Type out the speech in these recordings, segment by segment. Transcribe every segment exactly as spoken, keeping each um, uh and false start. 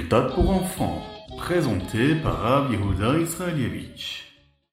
Ritat pour enfants, présenté par Rav Yehuda Israelievich.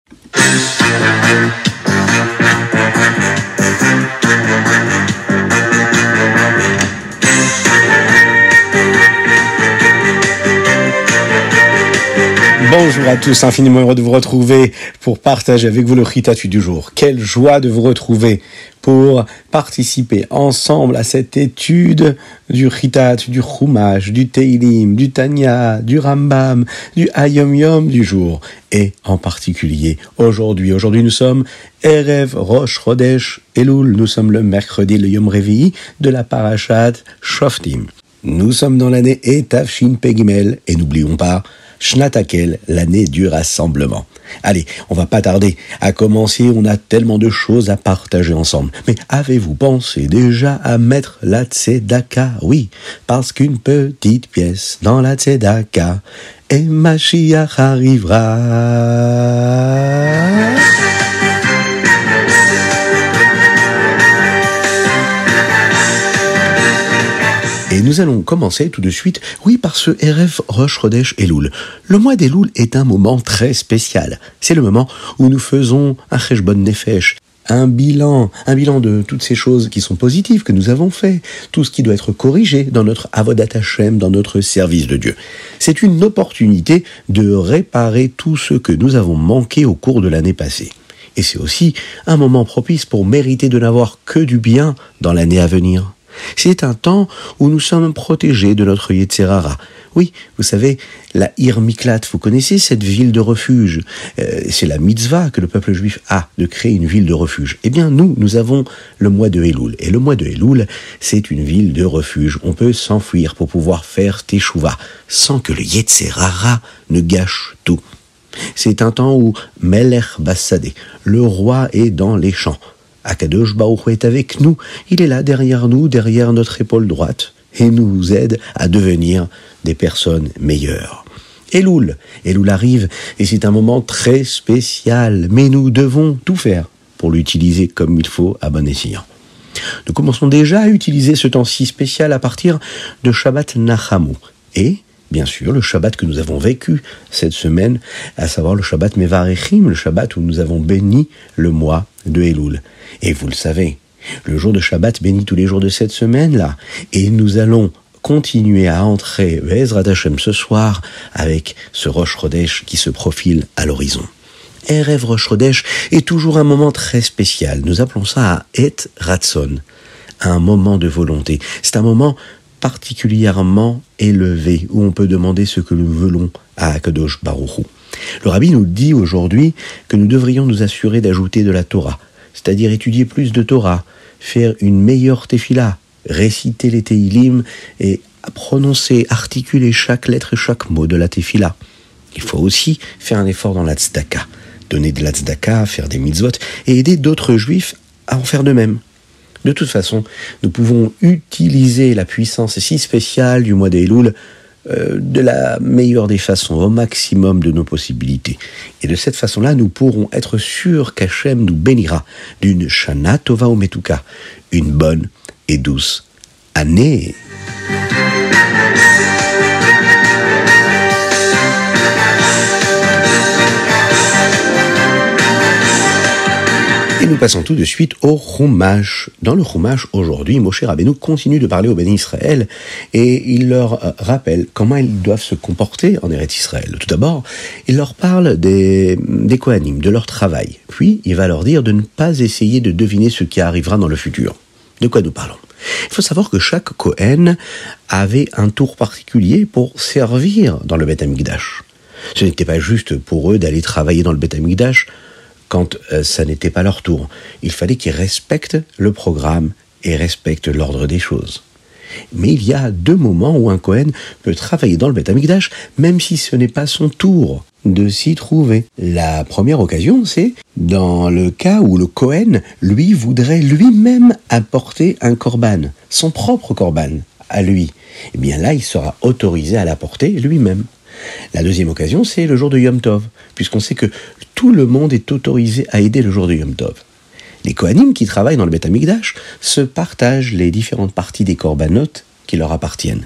Bonjour à tous, infiniment heureux de vous retrouver pour partager avec vous le Ritat du jour. Quelle joie de vous retrouver pour participer ensemble à cette étude du Ritat, du Chumash, du Teilim, du Tanya, du Rambam, du Hayom Yom du jour. Et en particulier aujourd'hui, aujourd'hui nous sommes Erev Rosh Chodesh Elul, nous sommes le mercredi, le Yom Revi'i de la Parashat Shoftim. Nous sommes dans l'année Tafshin Pei Gimel et n'oublions pas Shnat Hakel, l'année du rassemblement. Allez, on va pas tarder à commencer, on a tellement de choses à partager ensemble. Mais avez-vous pensé déjà à mettre la tzedaka? Oui, parce qu'une petite pièce dans la tzedaka, et Mashiach arrivera. Et nous allons commencer tout de suite, oui, par ce Erev Rosh Chodesh Elul. Le mois d'Elul est un moment très spécial. C'est le moment où nous faisons un Cheshbon Nefesh, un bilan, un bilan de toutes ces choses qui sont positives que nous avons fait, tout ce qui doit être corrigé dans notre Avodat Hashem, dans notre service de Dieu. C'est une opportunité de réparer tout ce que nous avons manqué au cours de l'année passée. Et c'est aussi un moment propice pour mériter de n'avoir que du bien dans l'année à venir. C'est un temps où nous sommes protégés de notre Yetzer Hara. Oui, vous savez, la Ir Miklat, vous connaissez cette ville de refuge. Euh, c'est la mitzvah que le peuple juif a, de créer une ville de refuge. Eh bien, nous, nous avons le mois de Elul. Et le mois de Elul, c'est une ville de refuge. On peut s'enfuir pour pouvoir faire Teshuvah, sans que le Yetzer Hara ne gâche tout. C'est un temps où Melech Bassadeh, le roi, est dans les champs. Akadosh Baruch Hu est avec nous, il est là derrière nous, derrière notre épaule droite, et nous aide à devenir des personnes meilleures. Elul, Elul arrive, et c'est un moment très spécial, mais nous devons tout faire pour l'utiliser comme il faut à bon escient. Nous commençons déjà à utiliser ce temps si spécial à partir de Shabbat Nachamu, et bien sûr, le Shabbat que nous avons vécu cette semaine, à savoir le Shabbat Mevarechim, le Shabbat où nous avons béni le mois de Elul. Et vous le savez, le jour de Shabbat bénit tous les jours de cette semaine-là. Et nous allons continuer à entrer Be'ezrat Hashem ce soir avec ce Rosh Chodesh qui se profile à l'horizon. Erev Rosh Chodesh est toujours un moment très spécial. Nous appelons ça Et Ratzon, un moment de volonté. C'est un moment particulièrement élevé, où on peut demander ce que nous voulons à Akadosh Baruch Hu. Le Rabbi nous dit aujourd'hui que nous devrions nous assurer d'ajouter de la Torah, c'est-à-dire étudier plus de Torah, faire une meilleure tefila, réciter les Teilim et prononcer, articuler chaque lettre et chaque mot de la tefila. Il faut aussi faire un effort dans la tzedaka, donner de la tzedaka, faire des mitzvot et aider d'autres juifs à en faire de même. De toute façon, nous pouvons utiliser la puissance si spéciale du mois d'Elul euh, de la meilleure des façons, au maximum de nos possibilités. Et de cette façon-là, nous pourrons être sûrs qu'Hachem nous bénira d'une Shana Tova Umetuka, une bonne et douce année. Et nous passons tout de suite au Chumash. Dans le Chumash, aujourd'hui, Moshe Rabbeinu continue de parler aux Béni Israël et il leur rappelle comment ils doivent se comporter en Eretz Israël. Tout d'abord, il leur parle des, des Kohanim, de leur travail. Puis, il va leur dire de ne pas essayer de deviner ce qui arrivera dans le futur. De quoi nous parlons ? Il faut savoir que chaque Kohen avait un tour particulier pour servir dans le Beth Amikdash. Ce n'était pas juste pour eux d'aller travailler dans le Beth Amikdash quand euh, ça n'était pas leur tour. Il fallait qu'ils respectent le programme et respectent l'ordre des choses. Mais il y a deux moments où un Kohen peut travailler dans le Beth Amikdash, même si ce n'est pas son tour de s'y trouver. La première occasion, c'est dans le cas où le Kohen, lui, voudrait lui-même apporter un korban, son propre korban, à lui. Eh bien là, il sera autorisé à l'apporter lui-même. La deuxième occasion, c'est le jour de Yom Tov, puisqu'on sait que tout le monde est autorisé à aider le jour de Yom Tov. Les Kohanim qui travaillent dans le Beth Amikdash se partagent les différentes parties des korbanot qui leur appartiennent.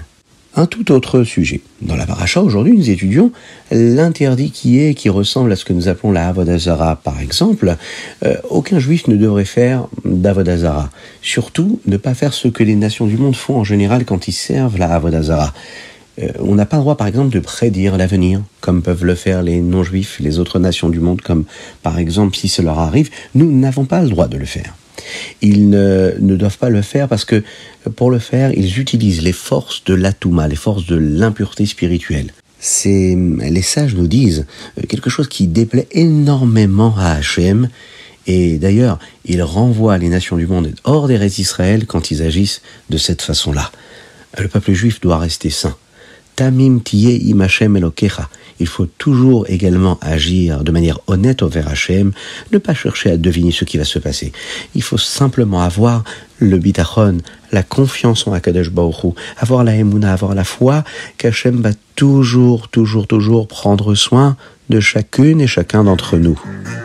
Un tout autre sujet. Dans la paracha, aujourd'hui, nous étudions l'interdit qui est, qui ressemble à ce que nous appelons la Avodah Zara, par exemple. Euh, aucun juif ne devrait faire d'Avodah Zara. Surtout, ne pas faire ce que les nations du monde font en général quand ils servent la Avodah Zara. Euh, on n'a pas le droit, par exemple, de prédire l'avenir, comme peuvent le faire les non-juifs, les autres nations du monde, comme, par exemple, si cela leur arrive, nous n'avons pas le droit de le faire. Ils ne, ne doivent pas le faire parce que, pour le faire, ils utilisent les forces de l'atouma, les forces de l'impureté spirituelle. C'est, les sages nous disent quelque chose qui déplaît énormément à Hachem, et d'ailleurs, ils renvoient les nations du monde hors d'Eretz Israël quand ils agissent de cette façon-là. Le peuple juif doit rester saint. Tamim tiye im Hashem Elokecha. Il faut toujours également agir de manière honnête envers Hashem, ne pas chercher à deviner ce qui va se passer. Il faut simplement avoir le bitachon, la confiance en Akadosh Baruch Hu, avoir la émouna, avoir la foi qu'Hashem va toujours, toujours, toujours prendre soin de chacune et chacun d'entre nous.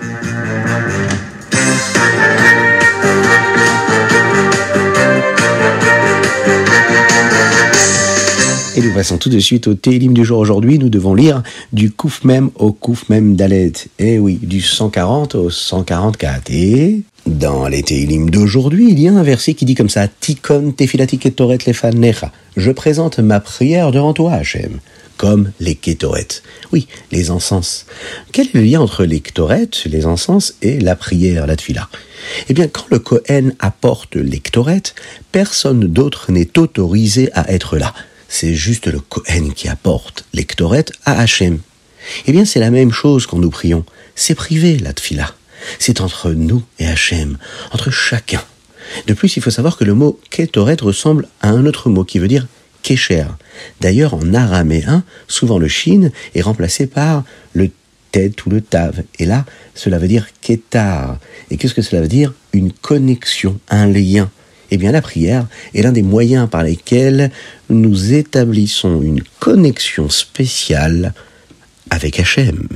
Et nous passons tout de suite au Télim du jour. Aujourd'hui, nous devons lire du Kouf Mem au Kouf Mem Dalet. Et oui, du cent quarante au cent quarante-quatre. Et dans les Télim d'aujourd'hui, il y a un verset qui dit comme ça: Tikon tefilati ketoret lefanecha. Je présente ma prière devant toi, Hachem. Comme les kétoret. Oui, les encens. Quel est le lien entre les kétoret, les encens, et la prière, la tfila? Eh bien, quand le Kohen apporte les kétoret, personne d'autre n'est autorisé à être là. C'est juste le Kohen qui apporte les ktoret à Hachem. Eh bien, c'est la même chose quand nous prions. C'est privé, la tfila. C'est entre nous et Hachem, entre chacun. De plus, il faut savoir que le mot kétoret ressemble à un autre mot qui veut dire kécher. D'ailleurs, en araméen, souvent le shin est remplacé par le tet ou le tav. Et là, cela veut dire kétar. Et qu'est-ce que cela veut dire? Une connexion, un lien. Eh bien, la prière est l'un des moyens par lesquels nous établissons une connexion spéciale avec Hachem.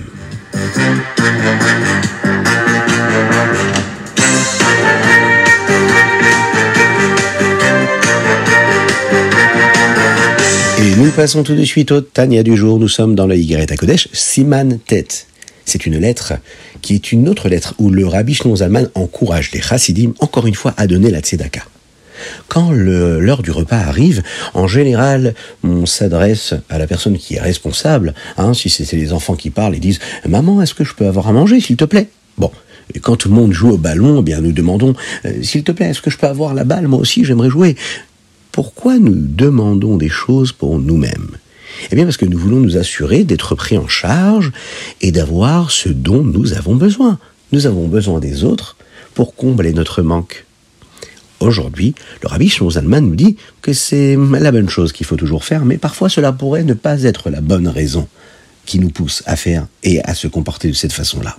Et nous passons tout de suite au Tanya du jour. Nous sommes dans le Igeret HaKodesh, Siman Tet. C'est une lettre qui est une autre lettre où le Rabbi Shlomo Zalman encourage les Chassidim, encore une fois, à donner la tzedaka. Quand le, l'heure du repas arrive, en général, on s'adresse à la personne qui est responsable. Hein, si c'est les enfants qui parlent et disent « Maman, est-ce que je peux avoir à manger, s'il te plaît ?» Bon, et quand tout le monde joue au ballon, eh bien nous demandons « S'il te plaît, est-ce que je peux avoir la balle? Moi aussi, j'aimerais jouer. » Pourquoi nous demandons des choses pour nous-mêmes? Eh bien parce que nous voulons nous assurer d'être pris en charge et d'avoir ce dont nous avons besoin. Nous avons besoin des autres pour combler notre manque. Aujourd'hui, le Rabbi Shlomo Zalman nous dit que c'est la bonne chose qu'il faut toujours faire, mais parfois cela pourrait ne pas être la bonne raison qui nous pousse à faire et à se comporter de cette façon-là.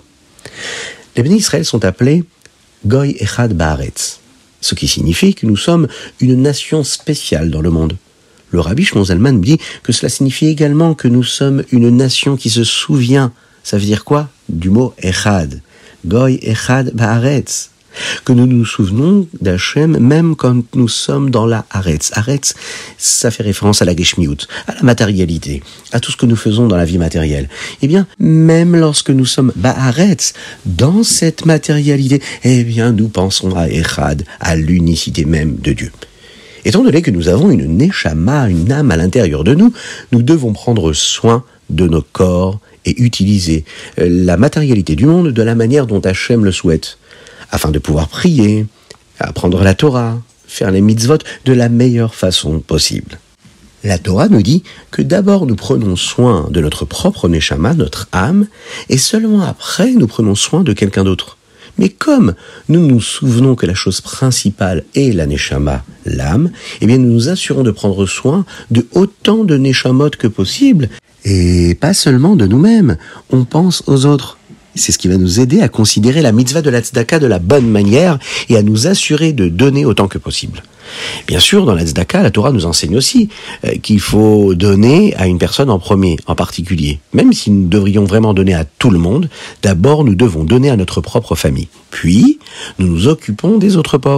Les bénis Israël sont appelés Goy Echad Baaretz, ce qui signifie que nous sommes une nation spéciale dans le monde. Le Rabbi Shlomo Zalman dit que cela signifie également que nous sommes une nation qui se souvient. Ça veut dire quoi? Du mot Echad. Goy Echad Baaretz. Que nous nous souvenons d'Hachem même quand nous sommes dans la Haaretz. Haaretz, ça fait référence à la Geshmiut, à la matérialité, à tout ce que nous faisons dans la vie matérielle. Eh bien, même lorsque nous sommes Baaretz, dans cette matérialité, eh bien, nous pensons à Echad, à l'unicité même de Dieu. Étant donné que nous avons une neshama, une âme à l'intérieur de nous, nous devons prendre soin de nos corps et utiliser la matérialité du monde de la manière dont Hachem le souhaite, afin de pouvoir prier, apprendre la Torah, faire les mitzvot de la meilleure façon possible. La Torah nous dit que d'abord nous prenons soin de notre propre neshama, notre âme, et seulement après nous prenons soin de quelqu'un d'autre. Mais comme nous nous souvenons que la chose principale est la neshama, l'âme, eh bien nous nous assurons de prendre soin de autant de neshamot que possible, et pas seulement de nous-mêmes, on pense aux autres. C'est ce qui va nous aider à considérer la mitzvah de la tzedaka de la bonne manière et à nous assurer de donner autant que possible. Bien sûr, dans la tzedaka, la Torah nous enseigne aussi euh, qu'il faut donner à une personne en premier, en particulier. Même si nous devrions vraiment donner à tout le monde, d'abord nous devons donner à notre propre famille. Puis, nous nous occupons des autres pauvres.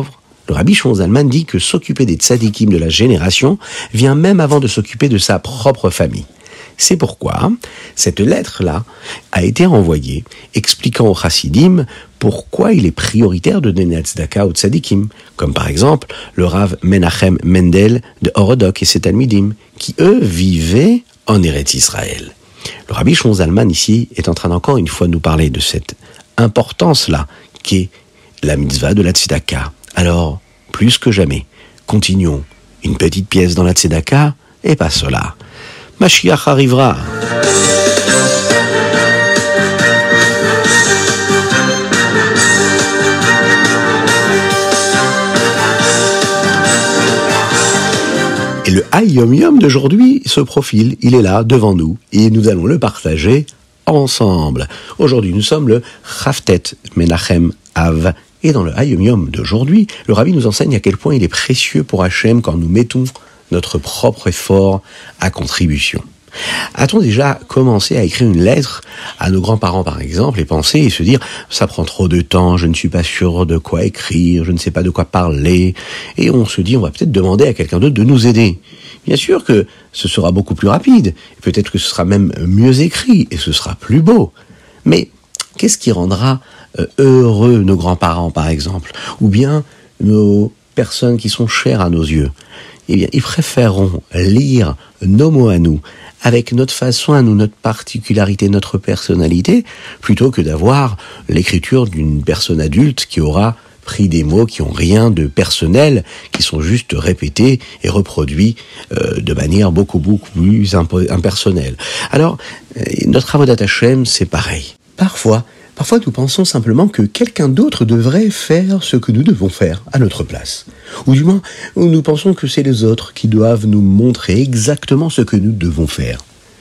Le Rabbi Shimon Zalman dit que s'occuper des tzadikim de la génération vient même avant de s'occuper de sa propre famille. C'est pourquoi cette lettre-là a été envoyée expliquant aux chassidim pourquoi il est prioritaire de donner la tzedaka aux tzadikim, comme par exemple le Rav Menachem Mendel de Horodok et ses talmidim, qui eux vivaient en Eretz Israël. Le Rabbi Shimon Zalman ici est en train encore une fois de nous parler de cette importance-là qu'est la mitzvah de la tzedaka. Alors, plus que jamais, continuons une petite pièce dans la tzedaka et pas cela. Mashiach arrivera. Et le Hayom Yom d'aujourd'hui se profile, il est là devant nous et nous allons le partager ensemble. Aujourd'hui, nous sommes le Chavtet Menachem Av. Et dans le Hayom Yom d'aujourd'hui, le Rabbi nous enseigne à quel point il est précieux pour Hachem quand nous mettons notre propre effort à contribution. A-t-on déjà commencé à écrire une lettre à nos grands-parents, par exemple, et penser et se dire « ça prend trop de temps, je ne suis pas sûr de quoi écrire, je ne sais pas de quoi parler », et on se dit « on va peut-être demander à quelqu'un d'autre de nous aider ». Bien sûr que ce sera beaucoup plus rapide, peut-être que ce sera même mieux écrit, et ce sera plus beau. Mais qu'est-ce qui rendra heureux nos grands-parents, par exemple, ou bien nos personnes qui sont chères à nos yeux? Eh bien, ils préféreront lire nos mots à nous, avec notre façon à nous, notre particularité, notre personnalité, plutôt que d'avoir l'écriture d'une personne adulte qui aura pris des mots qui ont rien de personnel, qui sont juste répétés et reproduits euh, de manière beaucoup, beaucoup plus impo- impersonnelle. Alors, euh, notre Avodat Hashem, c'est pareil. Parfois, Parfois, nous pensons simplement que quelqu'un d'autre devrait faire ce que nous devons faire à notre place. Ou du moins, nous pensons que c'est les autres qui doivent nous montrer exactement ce que nous devons faire.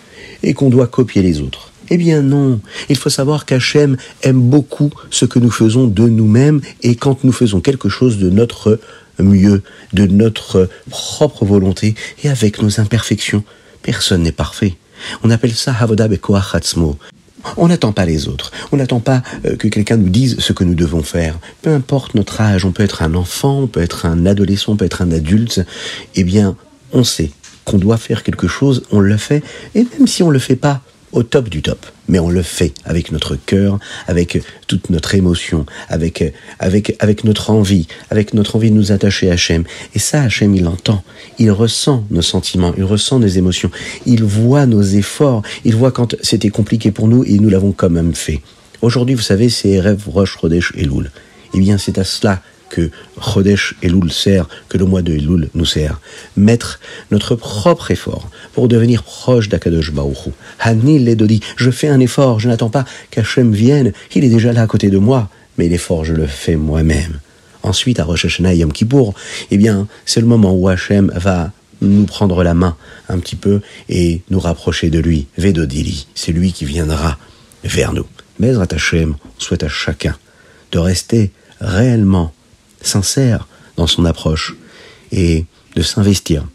Et qu'on doit copier les autres. Eh bien non, il faut savoir qu'Hachem aime beaucoup ce que nous faisons de nous-mêmes, et quand nous faisons quelque chose de notre mieux, de notre propre volonté, et avec nos imperfections, personne n'est parfait. On appelle ça Avoda Bekoach Atzmo. On n'attend pas les autres, on n'attend pas euh, que quelqu'un nous dise ce que nous devons faire. Peu importe notre âge, on peut être un enfant, on peut être un adolescent, on peut être un adulte. Eh bien, on sait qu'on doit faire quelque chose, on le fait, et même si on ne le fait pas au top du top, mais on le fait avec notre cœur, avec toute notre émotion, avec, avec, avec notre envie, avec notre envie de nous attacher à Hachem. Et ça, Hachem, il l'entend, il ressent nos sentiments, il ressent nos émotions, il voit nos efforts, il voit quand c'était compliqué pour nous et nous l'avons quand même fait. Aujourd'hui, vous savez, c'est Erev Rosh Chodesh Elul. Eh bien, c'est à cela que Chodesh Elul sert, que le mois de Elul nous sert. Mettre notre propre effort pour devenir proche d'Akadosh Baruch Hu. Hani Ledodi, je fais un effort, je n'attends pas qu'Hachem vienne, il est déjà là à côté de moi, mais l'effort je le fais moi-même. Ensuite, à Rosh Hashanah et Yom Kippour, eh bien, c'est le moment où Hachem va nous prendre la main un petit peu et nous rapprocher de lui. Vedodili, c'est lui qui viendra vers nous. Bezrat Hachem, on souhaite à chacun de rester réellement sincère dans son approche et de s'investir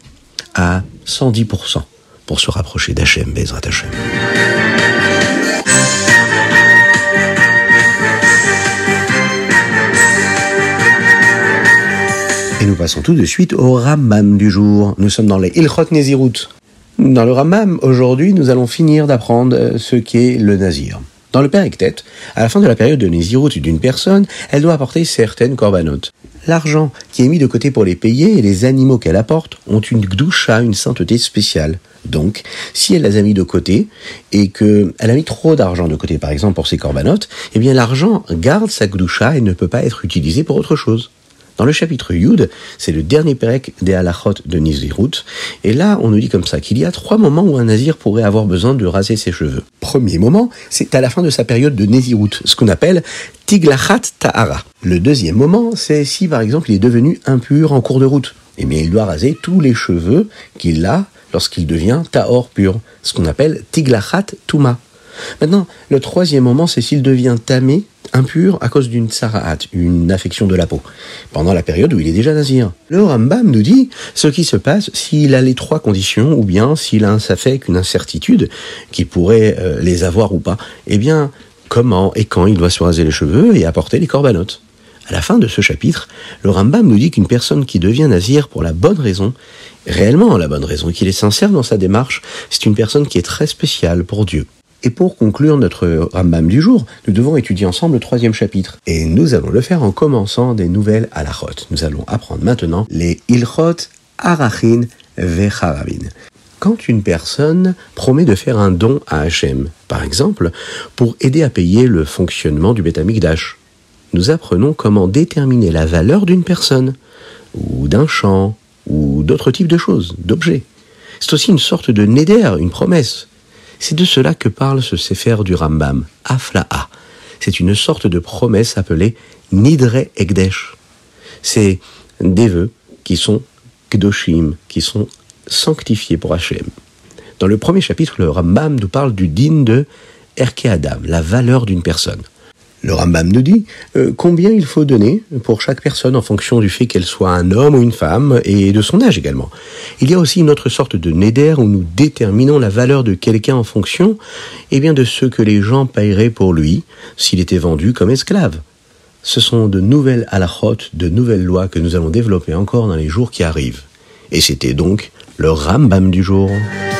à cent dix pour cent pour se rapprocher d'Hachem, Bezrat Hachem. Et nous passons tout de suite au Rambam du jour. Nous sommes dans les Ilchot Nezirut. Dans le Rambam, aujourd'hui, nous allons finir d'apprendre ce qu'est le Nazir. Dans le Perek Tet, à la fin de la période de Nézirut d'une personne, elle doit apporter certaines korbanot. L'argent qui est mis de côté pour les payer et les animaux qu'elle apporte ont une gdusha, une sainteté spéciale. Donc, si elle les a mis de côté et qu'elle a mis trop d'argent de côté, par exemple pour ses korbanot, eh bien l'argent garde sa gdusha et ne peut pas être utilisé pour autre chose. Dans le chapitre Yud, c'est le dernier Perek des halachot de Nézirut, et là on nous dit comme ça qu'il y a trois moments où un nazir pourrait avoir besoin de raser ses cheveux. Premier moment, c'est à la fin de sa période de Nézirut, ce qu'on appelle Tiglachat Tahara. Le deuxième moment, c'est si par exemple il est devenu impur en cours de route. Eh bien il doit raser tous les cheveux qu'il a lorsqu'il devient Tahor pur, ce qu'on appelle Tiglachat Touma. Maintenant, le troisième moment, c'est s'il devient tamé, impur à cause d'une tsaraat, une affection de la peau, pendant la période où il est déjà nazir. Le Rambam nous dit ce qui se passe s'il a les trois conditions, ou bien s'il a un safek, une incertitude, qu'il pourrait euh, les avoir ou pas. Eh bien, comment et quand il doit se raser les cheveux et apporter les korbanot. À la fin de ce chapitre, le Rambam nous dit qu'une personne qui devient nazir pour la bonne raison, réellement la bonne raison, qu'il est sincère dans sa démarche, c'est une personne qui est très spéciale pour Dieu. Et pour conclure notre Rambam du jour, nous devons étudier ensemble le troisième chapitre. Et nous allons le faire en commençant des nouvelles halachot. Nous allons apprendre maintenant les ilchot, arachin, vecharabin. Quand une personne promet de faire un don à Hachem, par exemple, pour aider à payer le fonctionnement du Beth Amikdash, nous apprenons comment déterminer la valeur d'une personne, ou d'un champ, ou d'autres types de choses, d'objets. C'est aussi une sorte de neder, une promesse. C'est de cela que parle ce Sefer du Rambam, Afla'a. C'est une sorte de promesse appelée Nidre Ekdesh. C'est des vœux qui sont Kedoshim, qui sont sanctifiés pour Hachem. Dans le premier chapitre, le Rambam nous parle du din de Erke Adam, la valeur d'une personne. Le Rambam nous dit euh, combien il faut donner pour chaque personne en fonction du fait qu'elle soit un homme ou une femme et de son âge également. Il y a aussi une autre sorte de neder où nous déterminons la valeur de quelqu'un en fonction eh bien, de ce que les gens paieraient pour lui s'il était vendu comme esclave. Ce sont de nouvelles halachot, de nouvelles lois que nous allons développer encore dans les jours qui arrivent. Et c'était donc le Rambam du jour.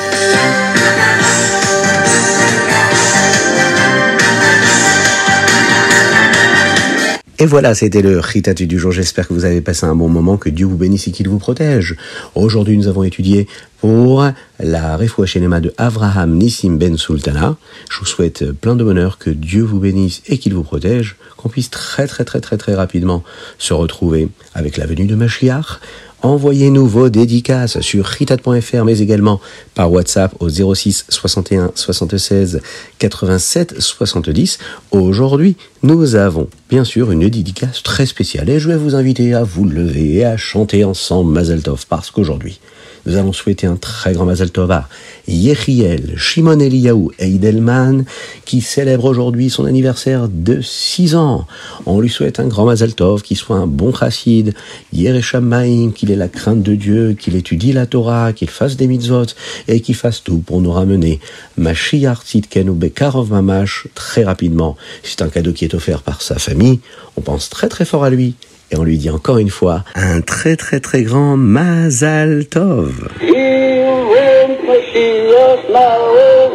Et voilà, c'était le Ritatu du jour. J'espère que vous avez passé un bon moment, que Dieu vous bénisse et qu'il vous protège. Aujourd'hui, nous avons étudié pour la Refoua Shelema de Avraham Nissim Ben Sultana. Je vous souhaite plein de bonheur, que Dieu vous bénisse et qu'il vous protège, qu'on puisse très très très très très rapidement se retrouver avec la venue de Mashiach. Envoyez-nous vos dédicaces sur ritat point f r, mais également par WhatsApp au zéro six soixante et un soixante-seize quatre-vingt-sept soixante-dix. Aujourd'hui, nous avons bien sûr une dédicace très spéciale et je vais vous inviter à vous lever et à chanter ensemble Mazel Tov, parce qu'aujourd'hui, nous allons souhaiter un très grand Mazel Tov à Yechiel Shimon Eliyahu Eidelman, qui célèbre aujourd'hui son anniversaire de six ans. On lui souhaite un grand Mazel Tov, qu'il soit un bon chassid, Yerei Shamayim, qu'il ait la crainte de Dieu, qu'il étudie la Torah, qu'il fasse des mitzvot et qu'il fasse tout pour nous ramener Mashiach Tzidkenu Bekarov Mamash très rapidement. C'est un cadeau qui est offert par sa famille. On pense très très fort à lui. Et on lui dit encore une fois, un très très très grand Mazal Tov.